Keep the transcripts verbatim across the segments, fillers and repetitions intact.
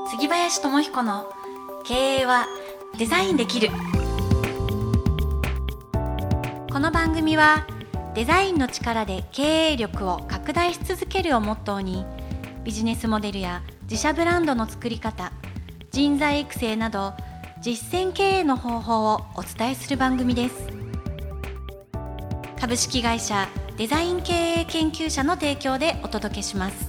杉林智彦の経営はデザインできる。この番組はデザインの力で経営力を拡大し続けるをモットーに、ビジネスモデルや自社ブランドの作り方、人材育成など実践経営の方法をお伝えする番組です。株式会社デザイン経営研究者の提供でお届けします。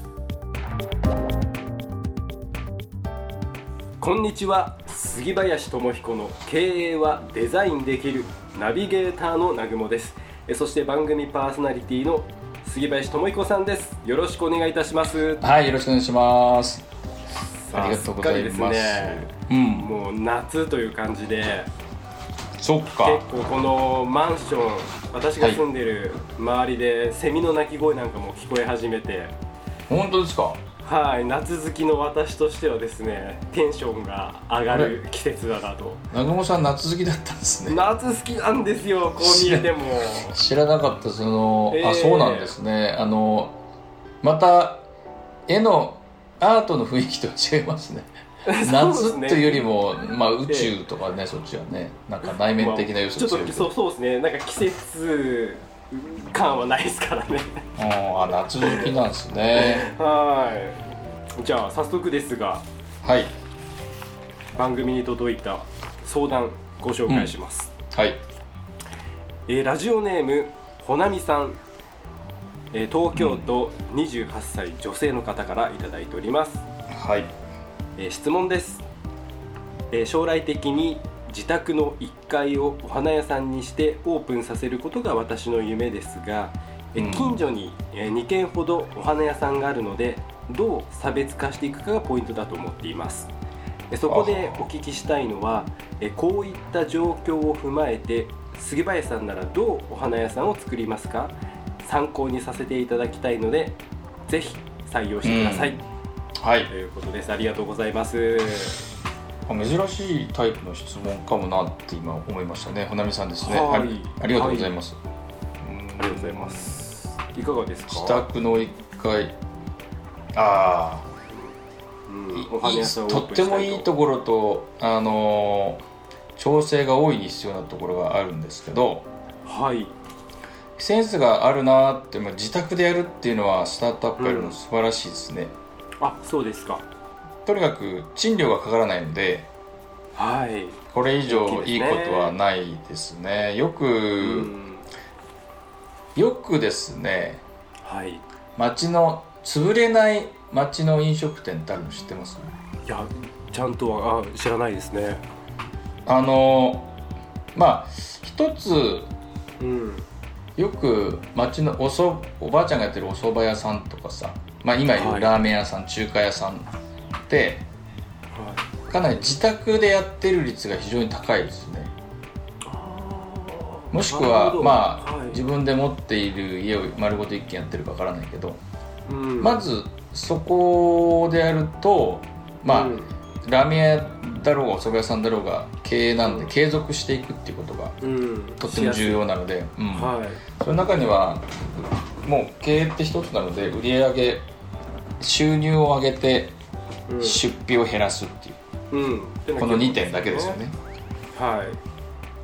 こんにちは。杉林智彦の経営はデザインできるナビゲーターの南雲です。そして番組パーソナリティの杉林智彦さんです。よろしくお願いいたします。 はい、よろしくお願いします。 ありがとうございます。すっかりですね、うん、もう夏という感じで、 そっか、 結構このマンション、私が住んでる周りでセミの鳴き声なんかも聞こえ始めて。 本当ですか？ はい、夏好きの私としてはですね、テンションが上がる季節だなと。 南雲さん夏好きだったんですね。 夏好きなんですよ、こう見えても。 知らなかった。その、 えー、 あ、そうなんですね。あのまた絵のアートの雰囲気と違いますね。夏というよりも、まあ、宇宙とかね、えー、そっちはね、なんか内面的な要素強い、まあ、ちょっとそうそうですね、なんか季節感はないですからね。 あ、夏好きなんですね。 はい。じゃあ早速ですが、 はい、 番組に届いた相談ご紹介します。 うん、はい。 えー、ラジオネームほなみさん、えー、東京都にじゅうはっさい女性の方からいただいております。 はい。 えー、質問です。えー、将来的に自宅のいっかいをお花屋さんにしてオープンさせることが私の夢ですが、えー、近所ににけんほどお花屋さんがあるので、どう差別化していくかがポイントだと思っています。えー、そこでお聞きしたいのは、えー、こういった状況を踏まえて杉林さんならどうお花屋さんを作りますか？参考にさせていただきたいので、ぜひ採用してください。うん、はい、ということです。ありがとうございます。 珍しいタイプの質問かもなって今思いましたね。ほなみさんですね。 はい、 ありがとうございます。 はい、ありがとうございます。いかがですか？ 自宅のいっかい、ああ、 うん、お花屋さんをオーとってプンしたいと。 もいいところと、あのー、調整が大いに必要なところがあるんですけど、 はい、 センスがあるなって、まあ、自宅でやるっていうのはスタートアップやるの素晴らしいですね。 うん、あ、そうですか。とにかく賃料がかからないので、 はい、 これ以上いいことはないですね。よく、うん、よくですね、 はい、 町の潰れない町の飲食店ってあるの知ってます？ いや、ちゃんとはあ知らないですね。 あのまあ一つ、 うん、 よく町のおそおばあちゃんがやってるお蕎麦屋さんとかさ、まあ、今いるラーメン屋さん、はい、中華屋さんで、かなり自宅でやってる率が非常に高いですね。もしくは、まあ、はい、自分で持っている家を丸ごと一軒やってるかわからないけど、うん、まずそこでやると、まあ、うん、ラーメン屋だろうがお蕎麦屋さんだろうが経営なんで継続していくっていうことがとっても重要なので、うん、はい、その中にはもう経営って一つなので、売上収入を上げて出費を減らすっていう、うん、このにてんだけですよね。 はい、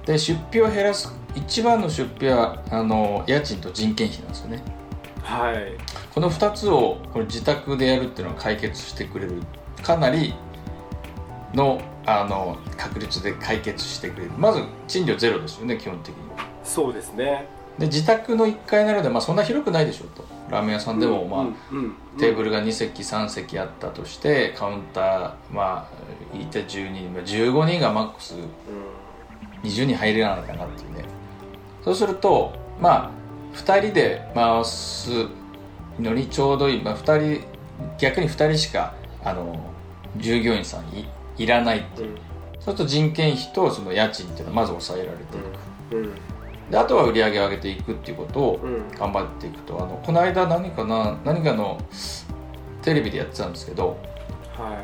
で出費を減らす一番の出費はあの家賃と人件費なんですよね。 はい、 このふたつをこれ自宅でやるっていうのは解決してくれる、かなりの、あの確率で解決してくれる。まず賃料ゼロですよね、基本的に。そうですね。で自宅のいっかいなので、まあ、そんな広くないでしょうと。ラーメン屋さんでも、うん、まあ、うんうん、テーブルがにせきさんせきあったとして、カウンター、まあいてじゅうにん、じゅうごにんがマックスにじゅうにん入れないかなっていうね。そうするとまあふたりで回すのにちょうどいい、まあ、ふたり逆にふたりしかあの従業員さん い, いらないっていう、うん、そうすると人件費とその家賃っていうのはまず抑えられていく、うんうん、であとは売り上げを上げていくっていうことを頑張っていくと、あのこの間何かな何かのテレビでやってたんですけど、はい、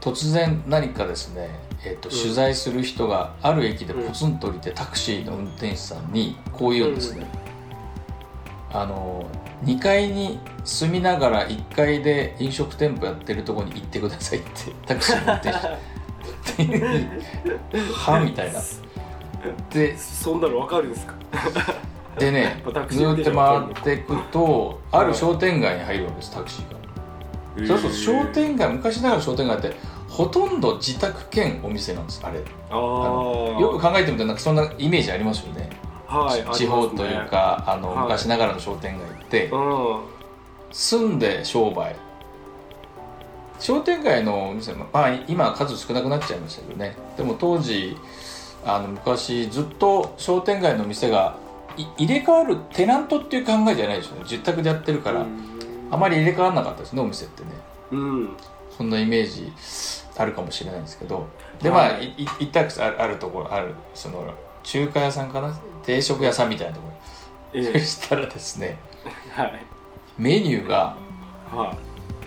突然何かですね、えーと、取材する人がある駅でポツンと降りて、タクシーの運転手さんにこう言うんですね、うん、あのにかいに住みながらいっかいで飲食店舗やってるところに行ってくださいってタクシーの運転手はみたいなでそんなの分かるんですかでねずっと回っていくとある商店街に入るわけですタクシーが。そうすると商店街昔ながらの商店街ってほとんど自宅兼お店なんですあれ。 ああよく考えてみたらなんかそんなイメージありますよね、 はい、 地方というかあ、ね、あの、はい、昔ながらの商店街って、うん、住んで商売商店街のお店、まあ、今は数少なくなっちゃいましたけどね。でも当時あの昔ずっと商店街の店が入れ替わるテナントっていう考えじゃないですよね。自宅でやってるからあまり入れ替わらなかったですねお店ってね、うん、そんなイメージあるかもしれないんですけどでまあい行ったあるところあるその中華屋さんかな定食屋さんみたいなところ、ええ、そしたらですね、はい、メニューが、はい、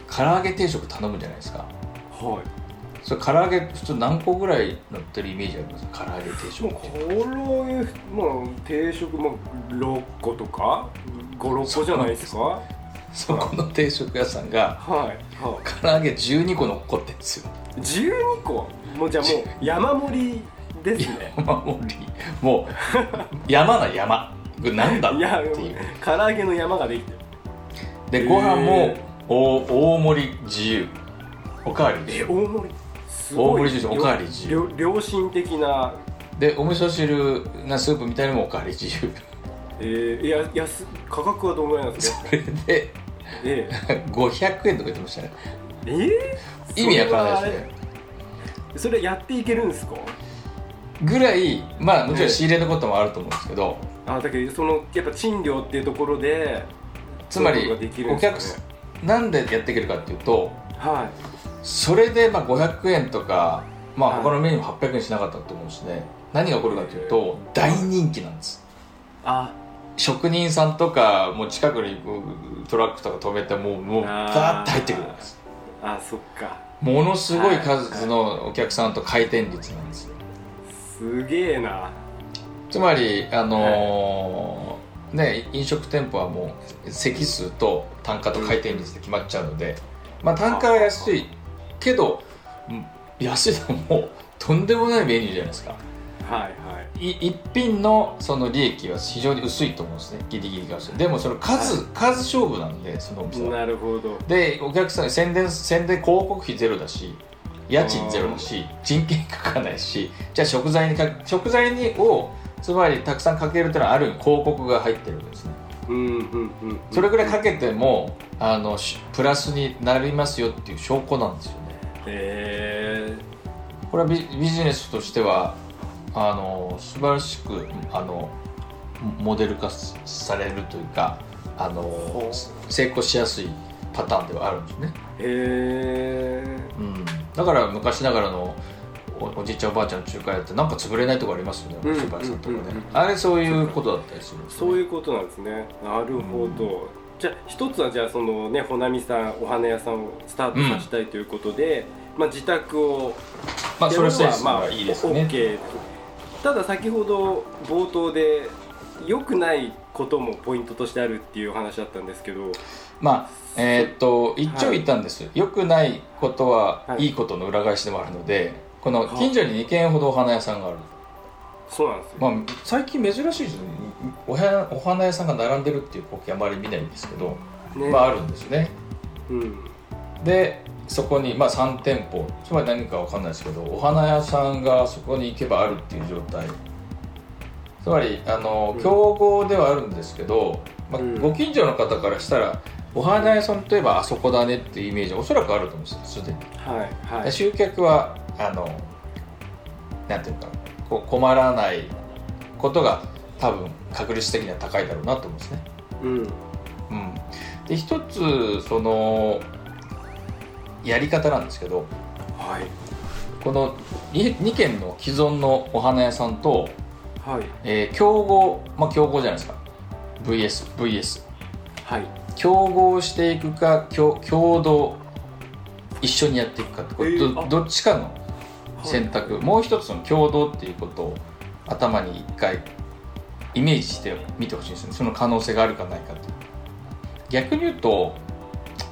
唐揚げ定食頼むじゃないですか。はい。それ唐揚げ普通何個ぐらい乗ってるイメージありますか？唐揚げ定食。 唐揚げ、まあ、定食、まあ、ろっことかご、ろっこじゃないですか？ そこの定食屋さんが、はいはい、唐揚げじゅうにこ乗っこってるんですよ。 じゅうにこ？もうじゃあもう山盛りですね。 山盛り。もう山な山。これなんだっていう。 唐揚げの山ができてる。 でご飯も大盛り自由。おかわり自由。 え、大盛り。すごい。 大盛り自由。おかわり自由。 良心的な。 でお味噌汁なスープみたいなのもおかわり自由。 えー、いや安価格はどのぐらいなんですか？ それで、えー、ごひゃくえんとか言ってましたね。 えー、 意味わからないですね。 それやっていけるんですか？ ぐらいまあもちろん仕入れのこともあると思うんですけど、 えー、あだけどそのやっぱ賃料っていうところでつまりお客さんなんでやっていけるかっていうと、はい、それでまあごひゃくえんとかまあ他のメニューもはっぴゃくえんしなかったと思うんですね。何が起こるかというと大人気なんです。あ職人さんとかもう近くにトラックとか止めてもうもうバーッと入ってくるんです。 ああそっか。 ものすごい数のお客さんと回転率なんですよ。 すげえな。 つまりあのー、ね飲食店舗はもう席数と単価と回転率で決まっちゃうので、うん、まあ単価は安いけど安いのもとんでもないメニューじゃないですか。はいはい、一品のその利益は非常に薄いと思うんですね。ギリギリが薄い。でもその数、はい、数勝負なんでそのお店は。 なるほど。 でお客さんに宣伝宣伝広告費ゼロだし家賃ゼロだし人件かかないしじゃあ食材にか食材にをつまりたくさんかけるというのはある意味広告が入ってるんですね。うんうんうん、それぐらいかけてもあのプラスになりますよっていう証拠なんですよね。へー。これは ビ, ビジネスとしてはあの素晴らしくあのモデル化されるというかあの成功しやすいパターンではあるんですね。へえ、うん、だから昔ながらの お, おじいちゃんおばあちゃんの中華屋ってなんか潰れないとこありますよね、うん、おばあさんとかね、うんうんうん、あれそういうことだったりするんですね。 そういうことなんですね。なるほど、うん、じゃあ一つはじゃあそのねほなみさんお花屋さんをスタートさせたいということで、うんまあ、自宅をまあそれはまあいいですね。 OK。ただ先ほど冒頭で良くないこともポイントとしてあるっていうお話だったんですけど、 まあえー、っと一長一短です、はい、良くないことはいいことの裏返しでもあるので、はい、この近所ににけんほどお花屋さんがある。 そうなんですよ、 まあ、最近珍しいですね。お花、お花屋さんが並んでるっていう光景あまり見ないんですけど、ね、まああるんですね、うん、でそこに、まあ、さんてんぽつまり何か分かんないですけどお花屋さんがそこに行けばあるっていう状態。つまりあの競合ではあるんですけど、まあ、ご近所の方からしたらお花屋さんといえばあそこだねっていうイメージおそらくあると思うんですよすでに、はいはい、集客はあのなんていうかこ困らないことが多分確率的には高いだろうなと思うんですね、うんうん、で一つそのやり方なんですけど、はい、この 2, 2軒の既存のお花屋さんと、はいえー、競合まあ競合じゃないですか ブイエス ブイエス、はい、競合していくか共同一緒にやっていくかってこれ、えー、ど, どっちかの選択、はい、もう一つの共同っていうことを頭に一回イメージしてみてほしいですね。その可能性があるかないかと。逆に言うと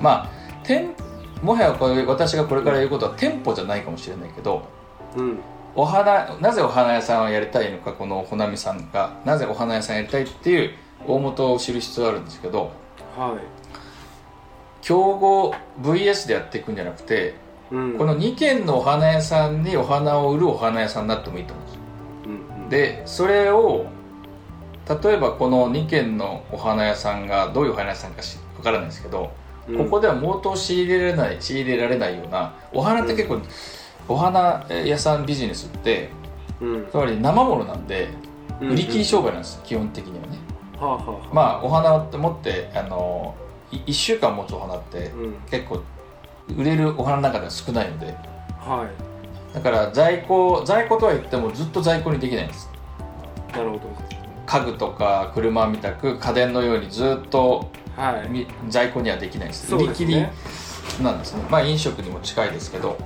まあ店もはやこれ私がこれから言うことは店舗じゃないかもしれないけど、 うん、 お花なぜお花屋さんをやりたいのか、このほなみさんがなぜお花屋さんやりたいっていう大元を知る必要があるんですけど、 はい、 競合 ブイエス でやっていくんじゃなくて、うん、このに軒のお花屋さんにお花を売るお花屋さんになってもいいと思うんですよ、うんうん、でそれを例えばこのに軒のお花屋さんがどういうお花屋さんかわからないですけど、うん、ここでは毛頭仕入れられない仕入れられないようなお花って結構、うん、お花屋さんビジネスって、うん、つまり生物なんで売り切り商売なんです、うんうん、基本的にはね、はあはあ、まあお花って持ってあのいっしゅうかん持つお花って、うん、結構売れるお花の中では少ないので、はい、だから在庫在庫とは言ってもずっと在庫にできないんです。 なるほど。 家具とか車みたく家電のようにずっと、はい、在庫にはできないです。 そうですね、売り切りなんですね。まあ飲食にも近いですけど、 はい、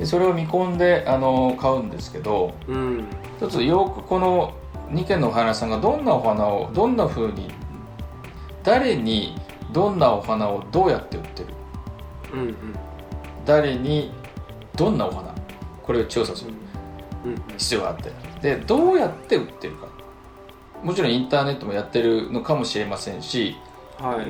でそれを見込んであの買うんですけど、うん、一つよくこのに軒のお花屋さんがどんなお花をどんな風に誰にどんなお花をどうやって売ってる、うんうん、誰にどんなお花、これを調査する必要があって、でどうやって売ってるか、もちろんインターネットもやってるのかもしれませんし、はい、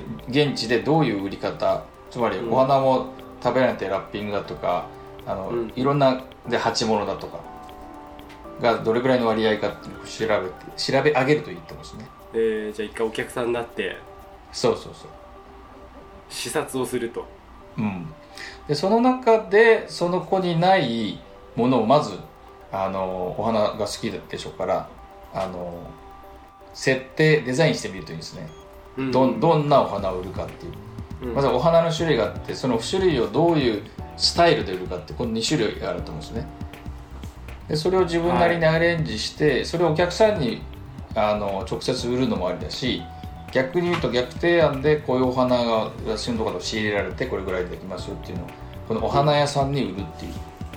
現地でどういう売り方、つまりお花も食べられてラッピングだとか、あの、うん、いろんなで鉢物だとかがどれぐらいの割合かっていうのを調べて調べ上げるといいと思うんですね。 えー、じゃあ一回お客さんになってそうそうそう視察をすると、 うん、でその中でその子にないものをまずあのお花が好きでしょうからあの設定デザインしてみるといいですね、うん、ど, どんなお花を売るかっていう、うん、まずお花の種類があって、その種類をどういうスタイルで売るかってこのに種類があると思うんですね。でそれを自分なりにアレンジして、はい、それをお客さんにあの直接売るのもありだし、逆に言うと逆提案でこういうお花が私のところで仕入れられてこれぐらいでできますよっていうのをこのお花屋さんに売るっていう、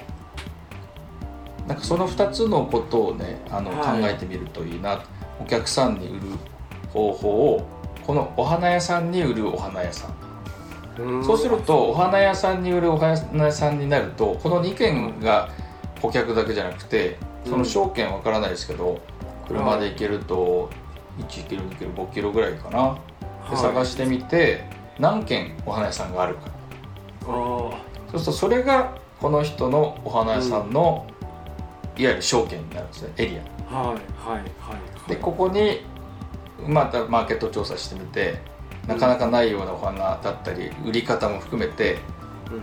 なんかそのふたつのことをねあの、はい、考えてみるといいな。お客さんに売る方法をこのお花屋さんに売るお花屋さん、うん、そうするとお花屋さんに売るお花屋さんになるとこのに軒が顧客だけじゃなくて、その証券わからないですけど、うん、車で行けるといちキロにキロごキロぐらいかな、はい、で探してみて何軒お花屋さんがあるか、あそうするとそれがこの人のお花屋さんの、うん、いわゆる証券になるんですね、エリア。はいはいはい、はい、でここにまたマーケット調査してみてなかなかないようなお花だったり売り方も含めて、うん、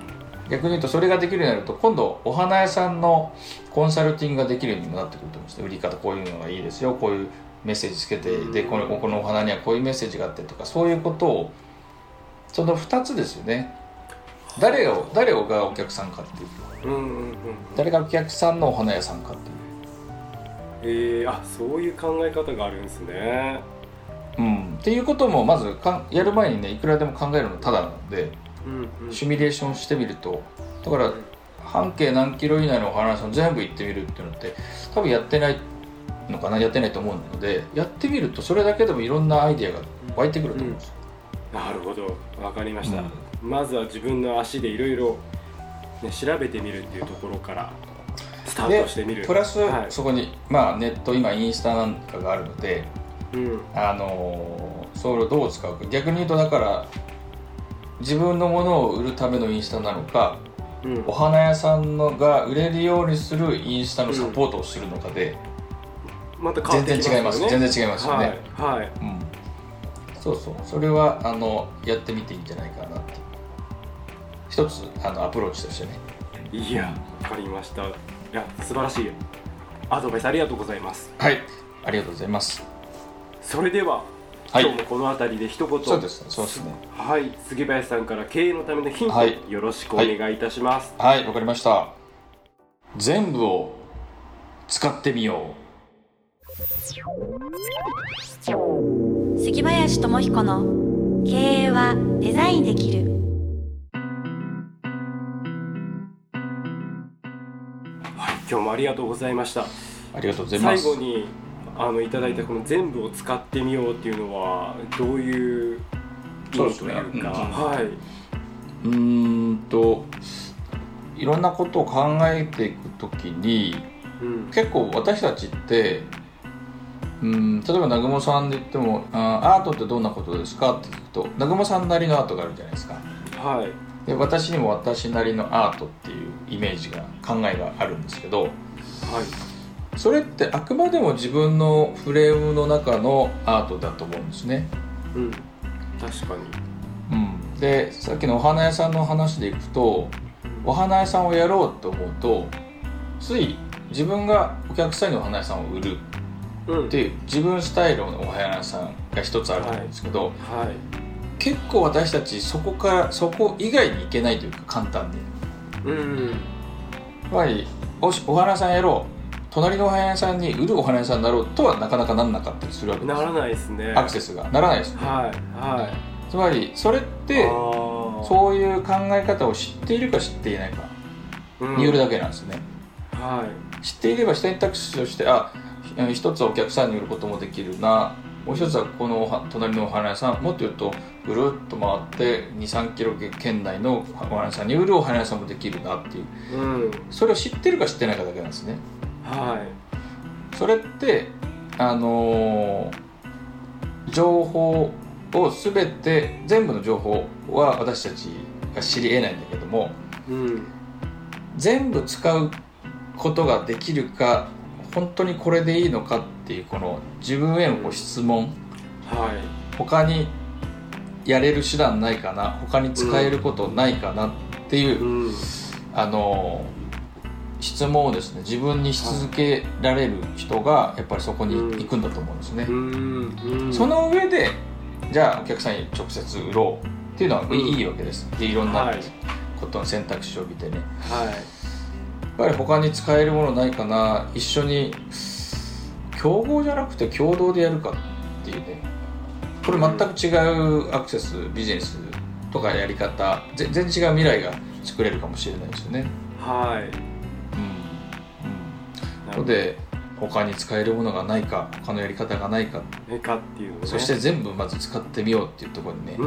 逆に言うとそれができるようになると今度お花屋さんのコンサルティングができるようにもなってくると思うんですね。売り方こういうのがいいですよ、こういうメッセージつけて、でこの、このお花にはこういうメッセージがあってとか、そういうことをそのふたつですよね。誰が誰がお客さんかっていう、うんうんうん、誰がお客さんのお花屋さんかっていう、 えー、あそういう考え方があるんですね。 うん、っていうこともまずかやる前にねいくらでも考えるのただなので、うんうん、シミュレーションしてみると、だから半径何キロ以内のお花屋さん全部行ってみるっていうのって多分やってないのかな、やってないと思うので、やってみるとそれだけでもいろんなアイデアが湧いてくると思うんです、 うん、なるほど、分かりました、うん、まずは自分の足でいろいろ調べてみるっていうところからスタートしてみる。 プラス、はい、そこに、まあ、ネット今インスタなんかがあるので、うん、あのそれをどう使うか、逆に言うとだから自分のものを売るためのインスタなのか、うん、お花屋さんのが売れるようにするインスタのサポートをするのかで、 うん、また変わってきますよね。全然違います、 全然違いますよね。 はい、はい、 うん、そうそう、それはあのやってみていいんじゃないかなって一つあのアプローチとしてね。 いや、わかりました。いや、素晴らしいアドバイスありがとうございます。 はい、ありがとうございます。 それでは、はい、今日もこの辺りで一言、 そうですね、そうですね。 はい、杉林さんから経営のためのヒント、はい、よろしくお願いいたします。 はい、わ、はい、かりました。全部を使ってみよう。杉林智彦の経営はデザインできる。 はい、今日もありがとうございました。 ありがとうございます。 最後にあのいただいたこの全部を使ってみようっていうのはどういういいというか、はい、 うーんといろんなことを考えていくときに、うん、結構私たちってうん例えば南雲さんで言ってもアートってどんなことですかって聞くと南雲さんなりのアートがあるじゃないですか、 はい、 で私にも私なりのアートっていうイメージが考えがあるんですけど、はい、それってあくまでも自分のフレームの中のアートだと思うんですね、 うん、確かに、 うん、でさっきのお花屋さんの話でいくとお花屋さんをやろうと思うとつい自分がお客さんにお花屋さんを売るっていう、うん、自分スタイルのお花屋さんが一つあると思うんですけど、はいはい、結構私たちそこからそこ以外に行けないというか簡単に、うん、やっぱり お, お花屋さんやろう隣のお花屋さんに売るお花屋さんになろうとはなかなかなんなかったりするわけです。 ならないですね。 アクセスがならないですね、 はいはい、 つまりそれってそういう考え方を知っているか知っていないかによるだけなんですね、うんはい、知っていれば選択肢としてあ一つはお客さんに売ることもできるな、もう一つはこの隣のお花屋さんもっと言うとぐるっと回って にさんキロ圏内のお花屋さんに売るお花屋さんもできるなっていう、うん、それを知ってるか知ってないかだけなんですね、はい、それってあのー、情報を全て全部の情報は私たちが知り得ないんだけども、うん、全部使うことができるか本当にこれでいいのかっていうこの自分へのご質問、はい、他にやれる手段ないかな他に使えることないかなっていう、うん、あの質問をですね自分にし続けられる人がやっぱりそこに行くんだと思うんですね、うんうん、その上でじゃあお客さんに直接売ろうっていうのはいいわけです。でいろんなことの選択肢を見てね、はい、やっぱり他に使えるものないかな、一緒に競合じゃなくて共同でやるかっていうね、これ全く違うアクセスビジネスとかやり方全然違う未来が作れるかもしれないですよね。はい、うんうん、なので他に使えるものがないか他のやり方がないかないかっていう、ね、 そして全部まず使ってみようっていうところにね、うん、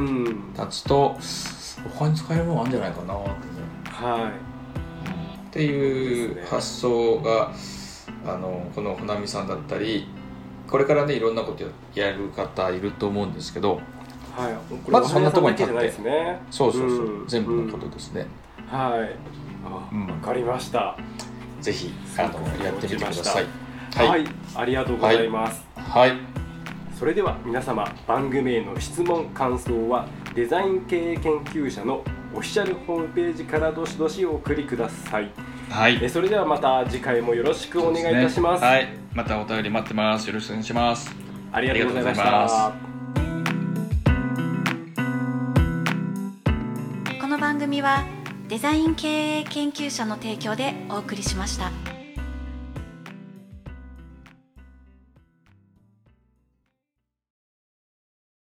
立つと他に使えるものあるんじゃないかなってね、はい、っていう発想が、あのこのほなみさんだったりこれからねいろんなことやる方いると思うんですけど、 はい、 まずそんなところに立って、 ね、 そうそうそう、うん、全部のことですね、 うん、はいあ、うん、分かりました。 ぜひあのやってみてください。 はい、はい、ありがとうございます。 はい、はい、 それでは皆様番組への質問感想はデザイン経営研究者のオフィシャルホームページからどしどしお送りください。はい、えそれではまた次回もよろしくお願いいたします。 ね、はい、またお便り待ってます。よろしくお願いします。 ありがとうございました。 この番組はデザイン経営研究者の提供でお送りしました。